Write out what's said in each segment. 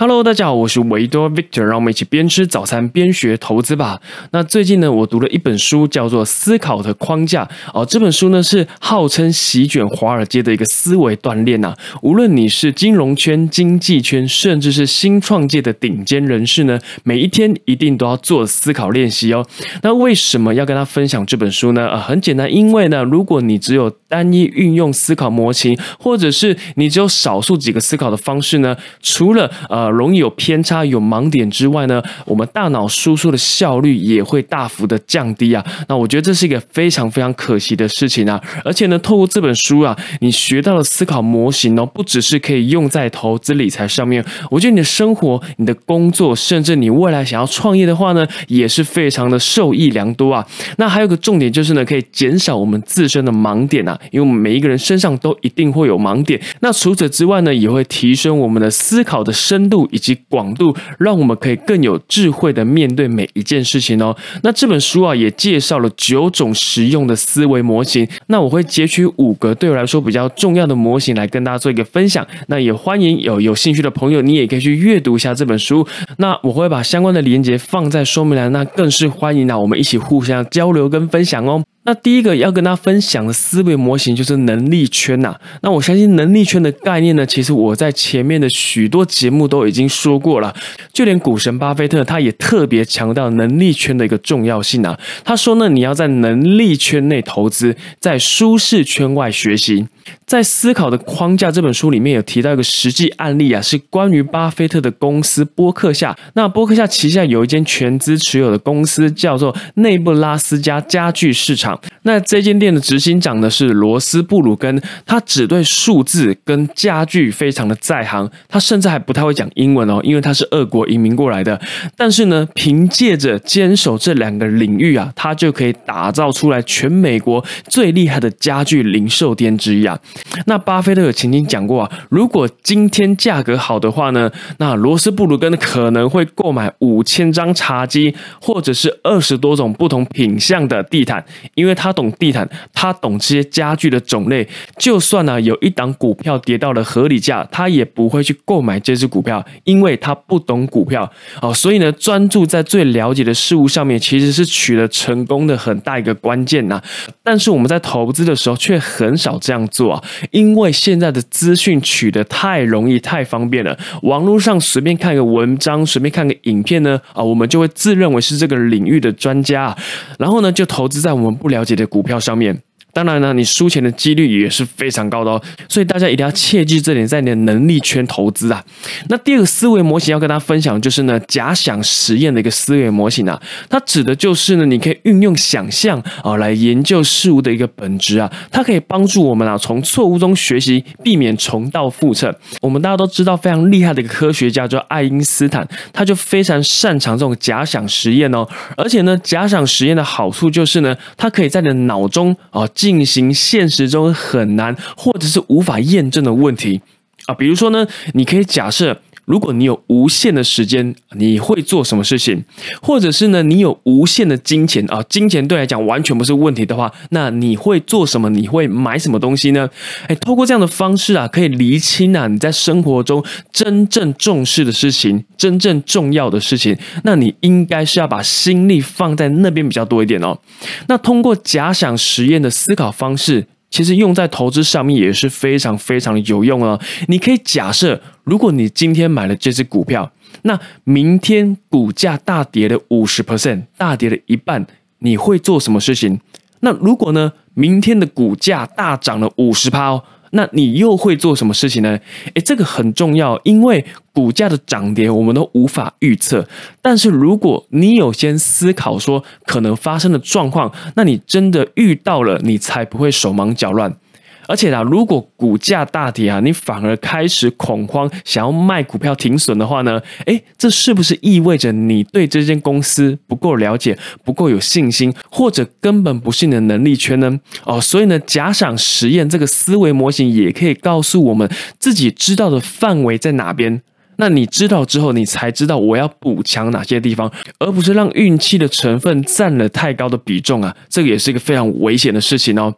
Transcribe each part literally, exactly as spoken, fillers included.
Hello， 大家好，我是维多 Victor， 让我们一起边吃早餐边学投资吧。那最近呢，我读了一本书，叫做《思考的框架》哦。这本书呢是号称席卷华尔街的一个思维锻炼啊。无论你是金融圈、经济圈，甚至是新创界的顶尖人士呢，每一天一定都要做思考练习哦。那为什么要跟他分享这本书呢？呃，很简单，因为呢，如果你只有单一运用思考模型，或者是你只有少数几个思考的方式呢，除了呃容易有偏差、有盲点之外呢，我们大脑输出的效率也会大幅的降低啊。那我觉得这是一个非常非常可惜的事情啊。而且呢，透过这本书啊，你学到的思考模型哦，不只是可以用在投资理财上面，我觉得你的生活、你的工作，甚至你未来想要创业的话呢，也是非常的受益良多啊。那还有个重点就是呢，可以减少我们自身的盲点啊，因为我们每一个人身上都一定会有盲点。那除此之外呢，也会提升我们的思考的深度以及广度，让我们可以更有智慧的面对每一件事情哦。那这本书啊，也介绍了九种实用的思维模型。那我会截取五个对我来说比较重要的模型来跟大家做一个分享。那也欢迎有有兴趣的朋友，你也可以去阅读一下这本书。那我会把相关的连结放在说明栏，那更是欢迎啊，我们一起互相交流跟分享哦。那第一个要跟大家分享的思维模型就是能力圈呐、啊。那我相信能力圈的概念呢，其实我在前面的许多节目都已经说过了，就连股神巴菲特他也特别强调能力圈的一个重要性啊。他说呢，你要在能力圈内投资，在舒适圈外学习。在思考的框架这本书里面有提到一个实际案例啊，是关于巴菲特的公司波克夏。那波克夏旗下有一间全资持有的公司叫做内布拉斯加家具市场。那这间店的执行长呢是罗斯布鲁根，他只对数字跟家具非常的在行，他甚至还不太会讲英文哦，因为他是俄国移民过来的。但是呢，凭借着坚守这两个领域啊，他就可以打造出来全美国最厉害的家具零售店之一啊。那巴菲特有曾经讲过啊，如果今天价格好的话呢，那罗斯布鲁根可能会购买五千张茶几，或者是二十多种不同品项的地毯，因为他懂地毯，他懂这些家具的种类。就算呢、啊、有一档股票跌到了合理价，他也不会去购买这只股票，因为他不懂股票哦。所以呢，专注在最了解的事物上面，其实是取得成功的很大一个关键呐、啊。但是我们在投资的时候却很少这样做啊。因为现在的资讯取得太容易太方便了，网络上随便看个文章，随便看个影片呢，啊，我们就会自认为是这个领域的专家、啊，然后呢就投资在我们不了解的股票上面。当然呢，你输钱的几率也是非常高的哦，所以大家一定要切记这点，在你的能力圈投资啊。那第二个思维模型要跟大家分享，就是呢假想实验的一个思维模型啊，它指的就是呢，你可以运用想象啊来研究事物的一个本质啊，它可以帮助我们啊从错误中学习，避免重蹈覆辙。我们大家都知道非常厉害的一个科学家叫爱因斯坦，他就非常擅长这种假想实验哦，而且呢，假想实验的好处就是呢，它可以在你的脑中啊。进行现实中很难或者是无法验证的问题啊，比如说呢，你可以假设，如果你有无限的时间，你会做什么事情？或者是呢，你有无限的金钱啊，金钱对来讲完全不是问题的话，那你会做什么？你会买什么东西呢？哎，透过这样的方式啊，可以厘清啊你在生活中真正重视的事情，真正重要的事情，那你应该是要把心力放在那边比较多一点哦。那通过假想实验的思考方式，其实用在投资上面也是非常非常有用哦。你可以假设，如果你今天买了这只股票，那明天股价大跌了 百分之五十， 大跌了一半，你会做什么事情？那如果呢，明天的股价大涨了 百分之五十 哦，那你又会做什么事情呢？诶，这个很重要，因为股价的涨跌我们都无法预测，但是如果你有先思考说可能发生的状况，那你真的遇到了，你才不会手忙脚乱。而且啊，如果股价大跌啊，你反而开始恐慌，想要卖股票停损的话呢，诶，这是不是意味着你对这间公司不够了解，不够有信心，或者根本不是你的能力圈呢？哦，所以呢，假想实验这个思维模型也可以告诉我们自己知道的范围在哪边。那你知道之后，你才知道我要补强哪些地方，而不是让运气的成分占了太高的比重啊，这个也是一个非常危险的事情哦。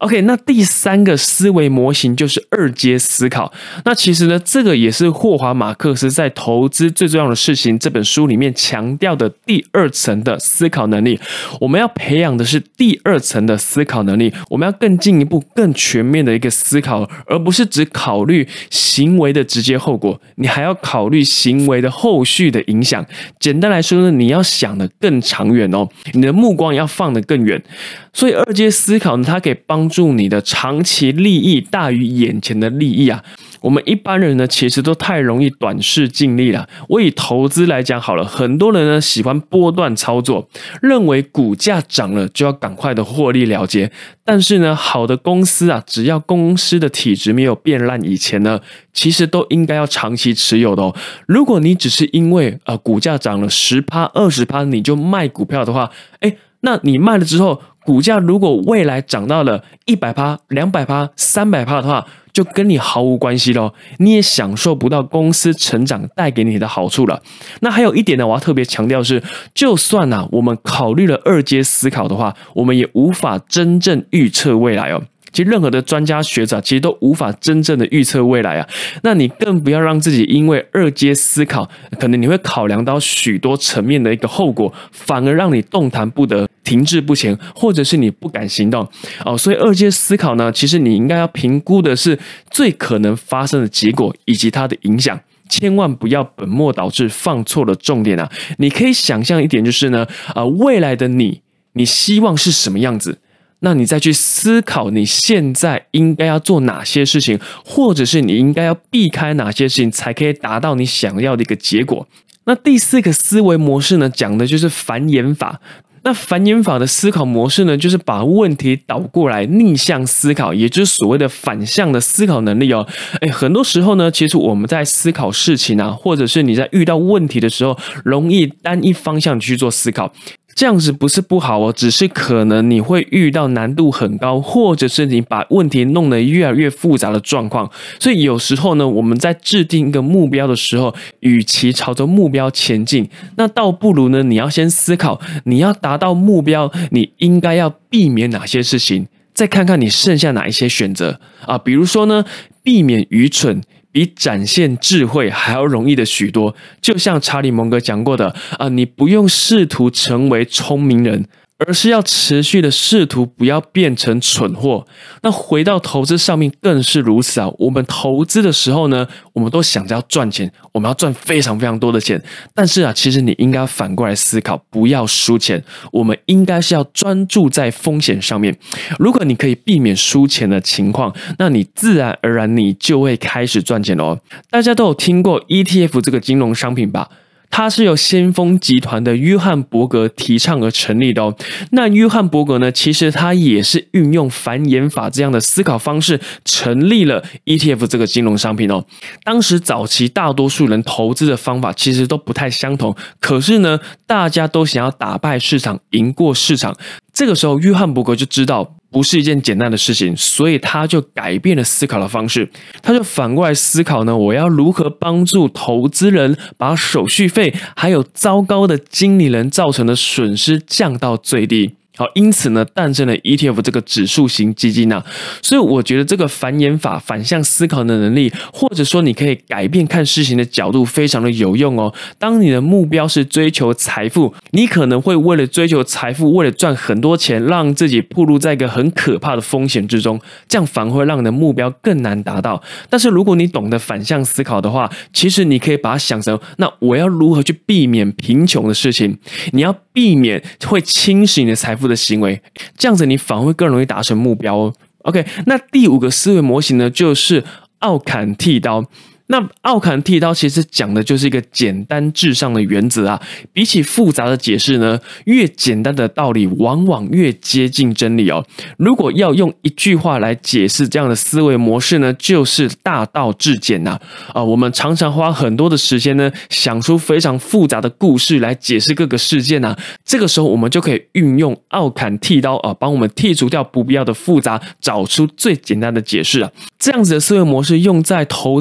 OK， 那第三个思维模型就是二阶思考。那其实呢，这个也是霍华马克斯在《投资最重要的事情》这本书里面强调的第二层的思考能力。我们要培养的是第二层的思考能力，我们要更进一步、更全面的一个思考，而不是只考虑行为的直接后果，你还要考虑行为的后续的影响。简单来说呢，你要想得更长远哦，你的目光要放得更远。所以二阶思考呢，它可以帮助你的长期利益大于眼前的利益啊。我们一般人呢，其实都太容易短视近利了。我以投资来讲好了，很多人呢喜欢波段操作，认为股价涨了就要赶快的获利了结。但是呢，好的公司啊，只要公司的体质没有变烂以前呢，其实都应该要长期持有的哦。如果你只是因为呃股价涨了 百分之十、百分之二十 你就卖股票的话，哎，那你卖了之后，股价如果未来涨到了 百分之一百、两百、三百 的话，就跟你毫无关系咯，你也享受不到公司成长带给你的好处了。那还有一点呢，我要特别强调的是，就算啊我们考虑了二阶思考的话，我们也无法真正预测未来哦。其实任何的专家学者其实都无法真正的预测未来啊，那你更不要让自己因为二阶思考，可能你会考量到许多层面的一个后果，反而让你动弹不得，停滞不前，或者是你不敢行动哦。所以二阶思考呢，其实你应该要评估的是最可能发生的结果以及它的影响。千万不要本末倒置，放错了重点啊！你可以想象一点，就是呢，呃，未来的你，你希望是什么样子？那你再去思考你现在应该要做哪些事情，或者是你应该要避开哪些事情，才可以达到你想要的一个结果。那第四个思维模式呢，讲的就是繁衍法。那繁衍法的思考模式呢，就是把问题倒过来逆向思考，也就是所谓的反向的思考能力哦。哎，很多时候呢，其实我们在思考事情啊，或者是你在遇到问题的时候，容易单一方向去做思考。这样子不是不好哦，只是可能你会遇到难度很高，或者是你把问题弄得越来越复杂的状况。所以有时候呢，我们在制定一个目标的时候，与其朝着目标前进，那倒不如呢，你要先思考，你要达到目标，你应该要避免哪些事情，再看看你剩下哪一些选择啊。比如说呢，避免愚蠢比展现智慧还要容易的许多，就像查理蒙格讲过的啊，你不用试图成为聪明人，而是要持续的试图不要变成蠢货。那回到投资上面更是如此啊，我们投资的时候呢，我们都想着要赚钱，我们要赚非常非常多的钱，但是啊，其实你应该反过来思考，不要输钱，我们应该是要专注在风险上面。如果你可以避免输钱的情况，那你自然而然你就会开始赚钱咯。大家都有听过 E T F 这个金融商品吧？它是由先锋集团的约翰伯格提倡而成立的哦。那约翰伯格呢，其实他也是运用繁衍法这样的思考方式，成立了 E T F 这个金融商品哦。当时早期大多数人投资的方法其实都不太相同，可是呢，大家都想要打败市场，赢过市场。这个时候，约翰伯格就知道不是一件简单的事情，所以他就改变了思考的方式，他就反过来思考呢，我要如何帮助投资人把手续费还有糟糕的经理人造成的损失降到最低。好，因此呢，诞生了 E T F 这个指数型基金啊。所以我觉得这个繁衍法、反向思考的能力，或者说你可以改变看事情的角度，非常的有用哦。当你的目标是追求财富，你可能会为了追求财富，为了赚很多钱，让自己暴露在一个很可怕的风险之中，这样反而会让你的目标更难达到。但是如果你懂得反向思考的话，其实你可以把它想成，那我要如何去避免贫穷的事情？你要避免会侵蚀你的财富的行为，这样子你反而会更容易达成目标哦。OK， 那第五个思维模型呢，就是奥坎剃刀。那奥坎剃刀其实讲的就是一个简单至上的原则啊，比起复杂的解释呢，越简单的道理往往越接近真理哦。如果要用一句话来解释这样的思维模式呢，就是大道至简呐、啊。啊，我们常常花很多的时间呢，想出非常复杂的故事来解释各个事件啊。这个时候我们就可以运用奥坎剃刀啊，帮我们剔除掉不必要的复杂，找出最简单的解释啊。这样子的思维模式用在投资股市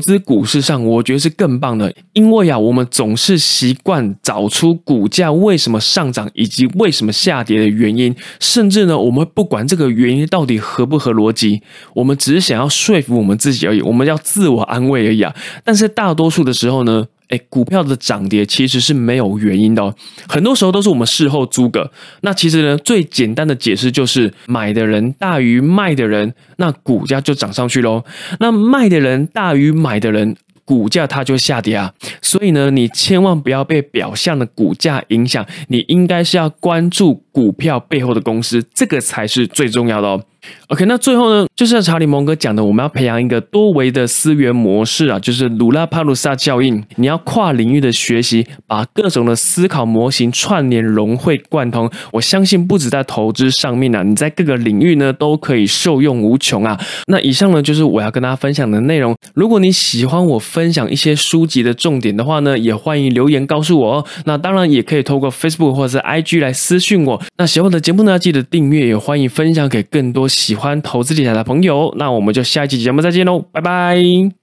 市上，我觉得是更棒的，因为啊，我们总是习惯找出股价为什么上涨以及为什么下跌的原因，甚至呢，我们不管这个原因到底合不合逻辑，我们只是想要说服我们自己而已，我们要自我安慰而已啊。但是大多数的时候呢，哎，股票的涨跌其实是没有原因的哦，很多时候都是我们事后诸葛。那其实呢，最简单的解释就是买的人大于卖的人，那股价就涨上去咯。那卖的人大于买的人，股价它就下跌啊。所以呢，你千万不要被表象的股价影响，你应该是要关注股票背后的公司，这个才是最重要的哦。OK， 那最后呢，就是像查理蒙格讲的，我们要培养一个多维的思维模式啊，就是鲁拉帕鲁萨效应。你要跨领域的学习，把各种的思考模型串联融会贯通。我相信不止在投资上面啊，你在各个领域呢都可以受用无穷啊。那以上呢就是我要跟大家分享的内容。如果你喜欢我分享一些书籍的重点的话呢，也欢迎留言告诉我哦。那当然也可以透过 Facebook 或者是 I G 来私讯我。那喜欢我的节目呢，记得订阅，也欢迎分享给更多喜欢投资理财的朋友。那我们就下一期节目再见喽，拜拜。